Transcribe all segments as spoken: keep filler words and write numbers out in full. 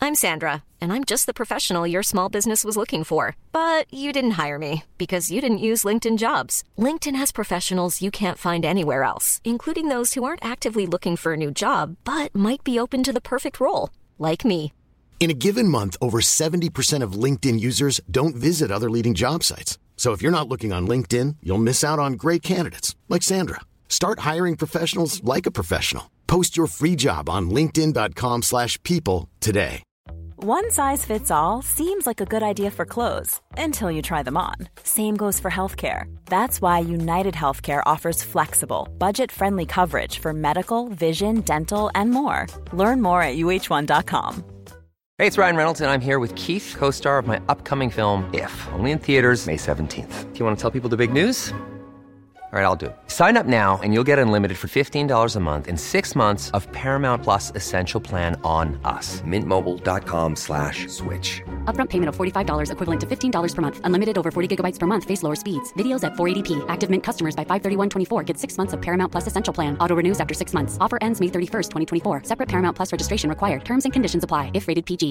I'm Sandra, and I'm just the professional your small business was looking for. But you didn't hire me because you didn't use LinkedIn Jobs. LinkedIn has professionals you can't find anywhere else, including those who aren't actively looking for a new job, but might be open to the perfect role, like me. In a given month, over seventy percent of LinkedIn users don't visit other leading job sites. So if you're not looking on LinkedIn, you'll miss out on great candidates like Sandra. Start hiring professionals like a professional. Post your free job on linkedin dot com slash people today. One size fits all seems like a good idea for clothes until you try them on. Same goes for healthcare. That's why United Healthcare offers flexible, budget-friendly coverage for medical, vision, dental, and more. Learn more at U H one dot com. Hey, it's Ryan Reynolds, and I'm here with Keith, co-star of my upcoming film, If, only in theaters May seventeenth. Do you want to tell people the big news? All right, I'll do it. Sign up now and you'll get unlimited for fifteen dollars a month and six months of Paramount Plus Essential Plan on us. Mint Mobile dot com slash switch. Upfront payment of forty-five dollars equivalent to fifteen dollars per month. Unlimited over forty gigabytes per month. Face lower speeds. Videos at four eighty p. Active Mint customers by five thirty-one twenty-four get six months of Paramount Plus Essential Plan. Auto renews after six months. Offer ends May thirty-first, twenty twenty-four. Separate Paramount Plus registration required. Terms and conditions apply if rated P G.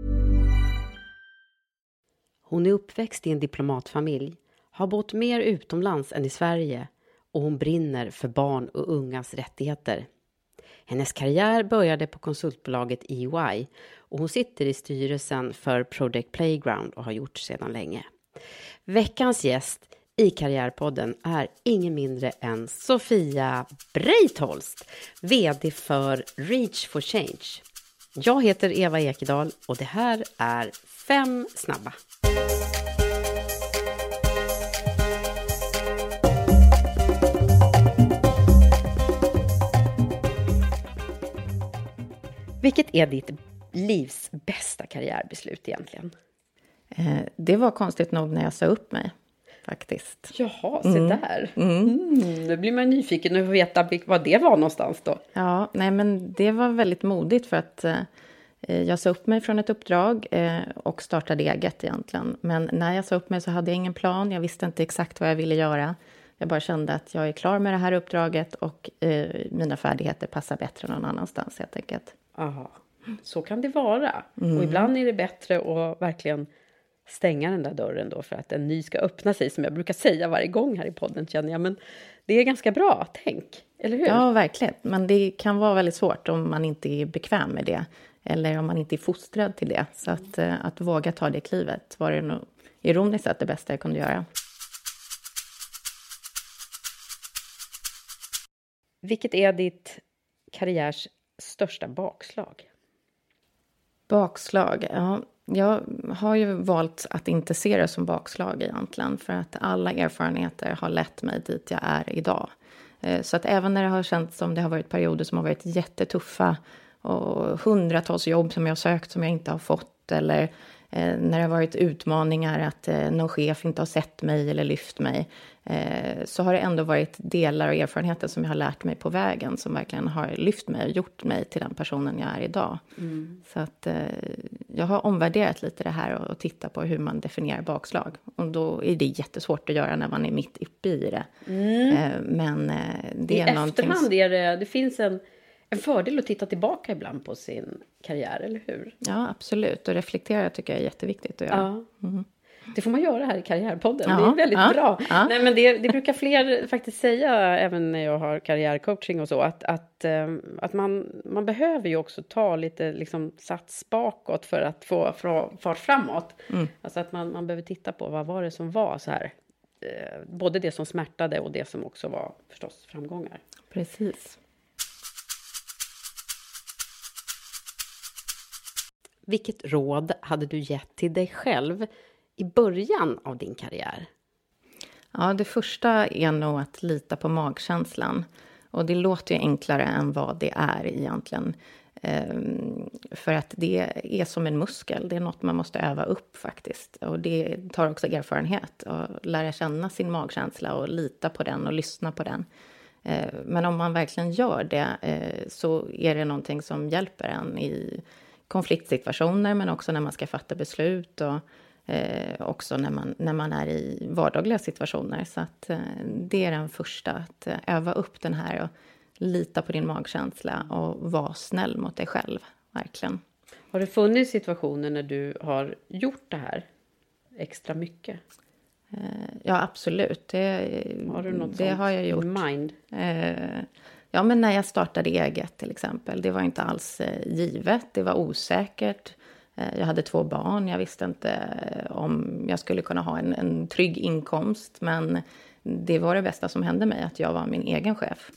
Hon är uppväxt i en diplomatfamilj, har bott mer utomlands än i Sverige och hon brinner för barn och ungas rättigheter. Hennes karriär började på konsultbolaget E Y och hon sitter i styrelsen för Project Playground och har gjort sedan länge. Veckans gäst i Karriärpodden är ingen mindre än Sofia Breitholst, vd för Reach for Change. Jag heter Eva Ekedal och det här är Fem snabba. Vilket är ditt livs bästa karriärbeslut egentligen? Eh, det var konstigt nog när jag sa upp mig, faktiskt. Jaha, se mm. där. Mm. Mm, nu blir man nyfiken och veta vad det var någonstans då. Ja, nej men det var väldigt modigt för att eh, jag sa upp mig från ett uppdrag eh, och startade eget egentligen. Men när jag sa upp mig så hade jag ingen plan. Jag visste inte exakt vad jag ville göra. Jag bara kände att jag är klar med det här uppdraget och eh, mina färdigheter passar bättre någon annanstans helt enkelt. Aha, så kan det vara. Mm. Och ibland är det bättre att verkligen stänga den där dörren då för att en ny ska öppna sig, som jag brukar säga varje gång här i podden, känner jag. Men det är ganska bra, tänk, eller hur? Ja, verkligen. Men det kan vara väldigt svårt om man inte är bekväm med det. Eller om man inte är fostrad till det. Så att, att våga ta det klivet var det nog ironiskt att det bästa jag kunde göra. Vilket är ditt karriärs största bakslag? Bakslag, ja. Jag har ju valt att inte se det som bakslag egentligen. För att alla erfarenheter har lett mig dit jag är idag. Så att även när det har känts som det har varit perioder som har varit jättetuffa. Och hundratals jobb som jag har sökt som jag inte har fått. Eller eh, när det har varit utmaningar att eh, någon chef inte har sett mig eller lyft mig. Eh, så har det ändå varit delar och erfarenheter som jag har lärt mig på vägen. Som verkligen har lyft mig och gjort mig till den personen jag är idag. Mm. Så att eh, jag har omvärderat lite det här och, och tittat på hur man definierar bakslag. Och då är det jättesvårt att göra när man är mitt uppe i det. Mm. Eh, men eh, det I är någonting... I efterhand är det, det finns en... En fördel att titta tillbaka ibland på sin karriär, eller hur? Ja, absolut. Och reflektera tycker jag är jätteviktigt att göra. Ja. Mm. Det får man göra här i Karriärpodden. Ja, det är väldigt ja, bra. Ja. Nej, men det, det brukar fler faktiskt säga, även när jag har karriärcoaching och så, att, att, att man, man behöver ju också ta lite liksom, sats bakåt för att få, få fart framåt. Mm. Alltså att man, man behöver titta på vad var det som var så här. Både det som smärtade och det som också var förstås framgångar. Precis. Vilket råd hade du gett till dig själv i början av din karriär? Ja, det första är nog att lita på magkänslan. Och det låter ju enklare än vad det är egentligen. Ehm, för att det är som en muskel. Det är något man måste öva upp faktiskt. Och det tar också erfarenhet. Att lära känna sin magkänsla och lita på den och lyssna på den. Ehm, men om man verkligen gör det eh, så är det någonting som hjälper en i konfliktsituationer, men också när man ska fatta beslut och eh, också när man, när man är i vardagliga situationer. Så att eh, det är den första, att eh, öva upp den här och lita på din magkänsla och vara snäll mot dig själv, verkligen. Har det funnits situationer när du har gjort det här extra mycket? Ja, absolut. Det, har du något det har jag gjort. Mind? Ja, men när jag startade eget till exempel. Det var inte alls givet. Det var osäkert. Jag hade två barn. Jag visste inte om jag skulle kunna ha en, en trygg inkomst. Men det var det bästa som hände mig, att jag var min egen chef.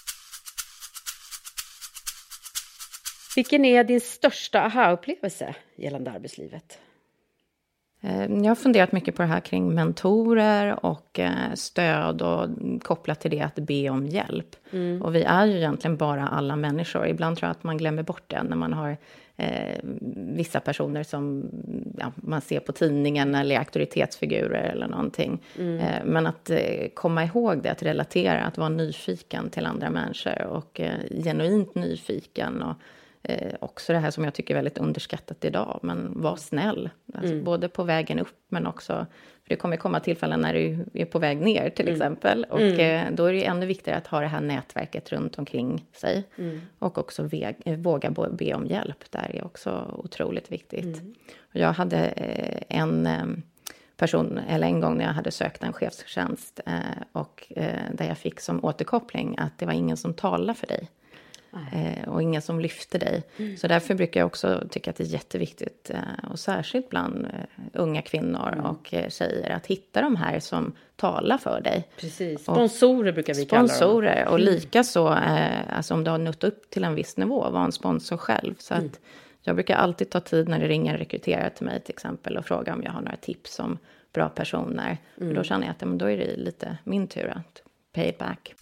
Vilken är din största aha-upplevelse gällande arbetslivet? Jag har funderat mycket på det här kring mentorer och stöd och kopplat till det att be om hjälp. Mm. Och vi är ju egentligen bara alla människor. Ibland tror jag att man glömmer bort det när man har eh, vissa personer som ja, man ser på tidningen eller auktoritetsfigurer eller någonting. Mm. Eh, men att eh, komma ihåg det, att relatera, att vara nyfiken till andra människor och eh, genuint nyfiken och Eh, också det här som jag tycker är väldigt underskattat idag. Men var snäll. Alltså, mm. Både på vägen upp men också... För det kommer komma tillfällen när du är på väg ner till mm. exempel. Och mm. eh, då är det ännu viktigare att ha det här nätverket runt omkring sig. Mm. Och också väg, eh, våga be om hjälp. Det är också otroligt viktigt. Mm. Och jag hade eh, en... Eh, person, eller en gång när jag hade sökt en chefstjänst. Eh, och eh, där jag fick som återkoppling att det var ingen som talade för dig. Eh, och ingen som lyfter dig. Mm. Så därför brukar jag också tycka att det är jätteviktigt. Eh, och särskilt bland eh, unga kvinnor mm. och eh, tjejer. Att hitta de här som talar för dig. Precis. Sponsorer och brukar vi kalla dem. Sponsorer. Och lika så, eh, alltså om du har nått upp till en viss nivå, var en sponsor själv. Så mm. att jag brukar alltid ta tid när det ringer en rekryterare till mig till exempel. Och fråga om jag har några tips om bra personer. Mm. För då känner jag att ja, men då är det lite min tur att pay back.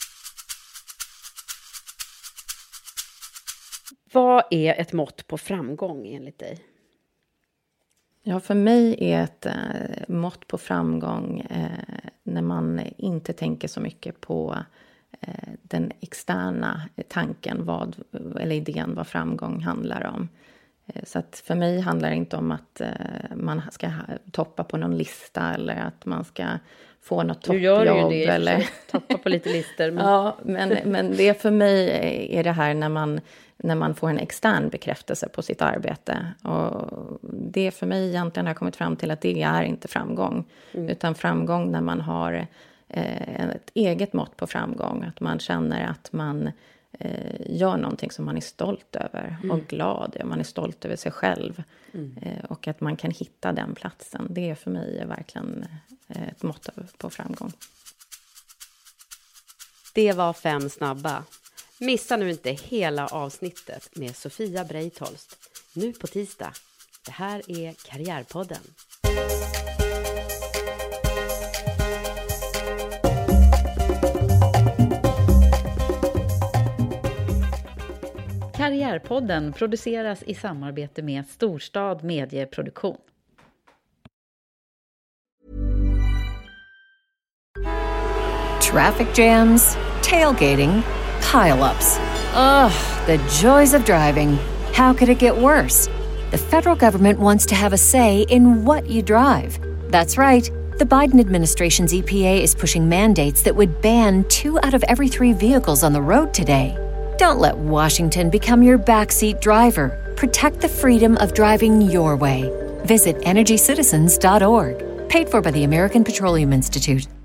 Vad är ett mått på framgång enligt dig? Ja, för mig är ett eh, mått på framgång eh, när man inte tänker så mycket på eh, den externa tanken, vad, eller idén vad framgång handlar om. Eh, så att för mig handlar det inte om att eh, man ska ha, toppa på någon lista eller att man ska få något toppjobb. Du gör ju det, eller toppa på lite listor. Men... ja, men, men det för mig är det här när man... när man får en extern bekräftelse på sitt arbete. Och det för mig egentligen har kommit fram till att det är inte framgång. Mm. Utan framgång när man har eh, ett eget mått på framgång. Att man känner att man eh, gör någonting som man är stolt över. Mm. Och glad. Man är stolt över sig själv. Mm. Eh, och att man kan hitta den platsen. Det är för mig verkligen ett mått på framgång. Det var fem snabba. Missa nu inte hela avsnittet med Sofia Breitholst. Nu på tisdag. Det här är Karriärpodden. Karriärpodden produceras i samarbete med Storstad Medieproduktion. Traffic jams, tailgating, pile-ups. Ugh, the joys of driving. How could it get worse? The federal government wants to have a say in what you drive. That's right. The Biden administration's E P A is pushing mandates that would ban two out of every three vehicles on the road today. Don't let Washington become your backseat driver. Protect the freedom of driving your way. Visit energy citizens dot org. Paid for by the American Petroleum Institute.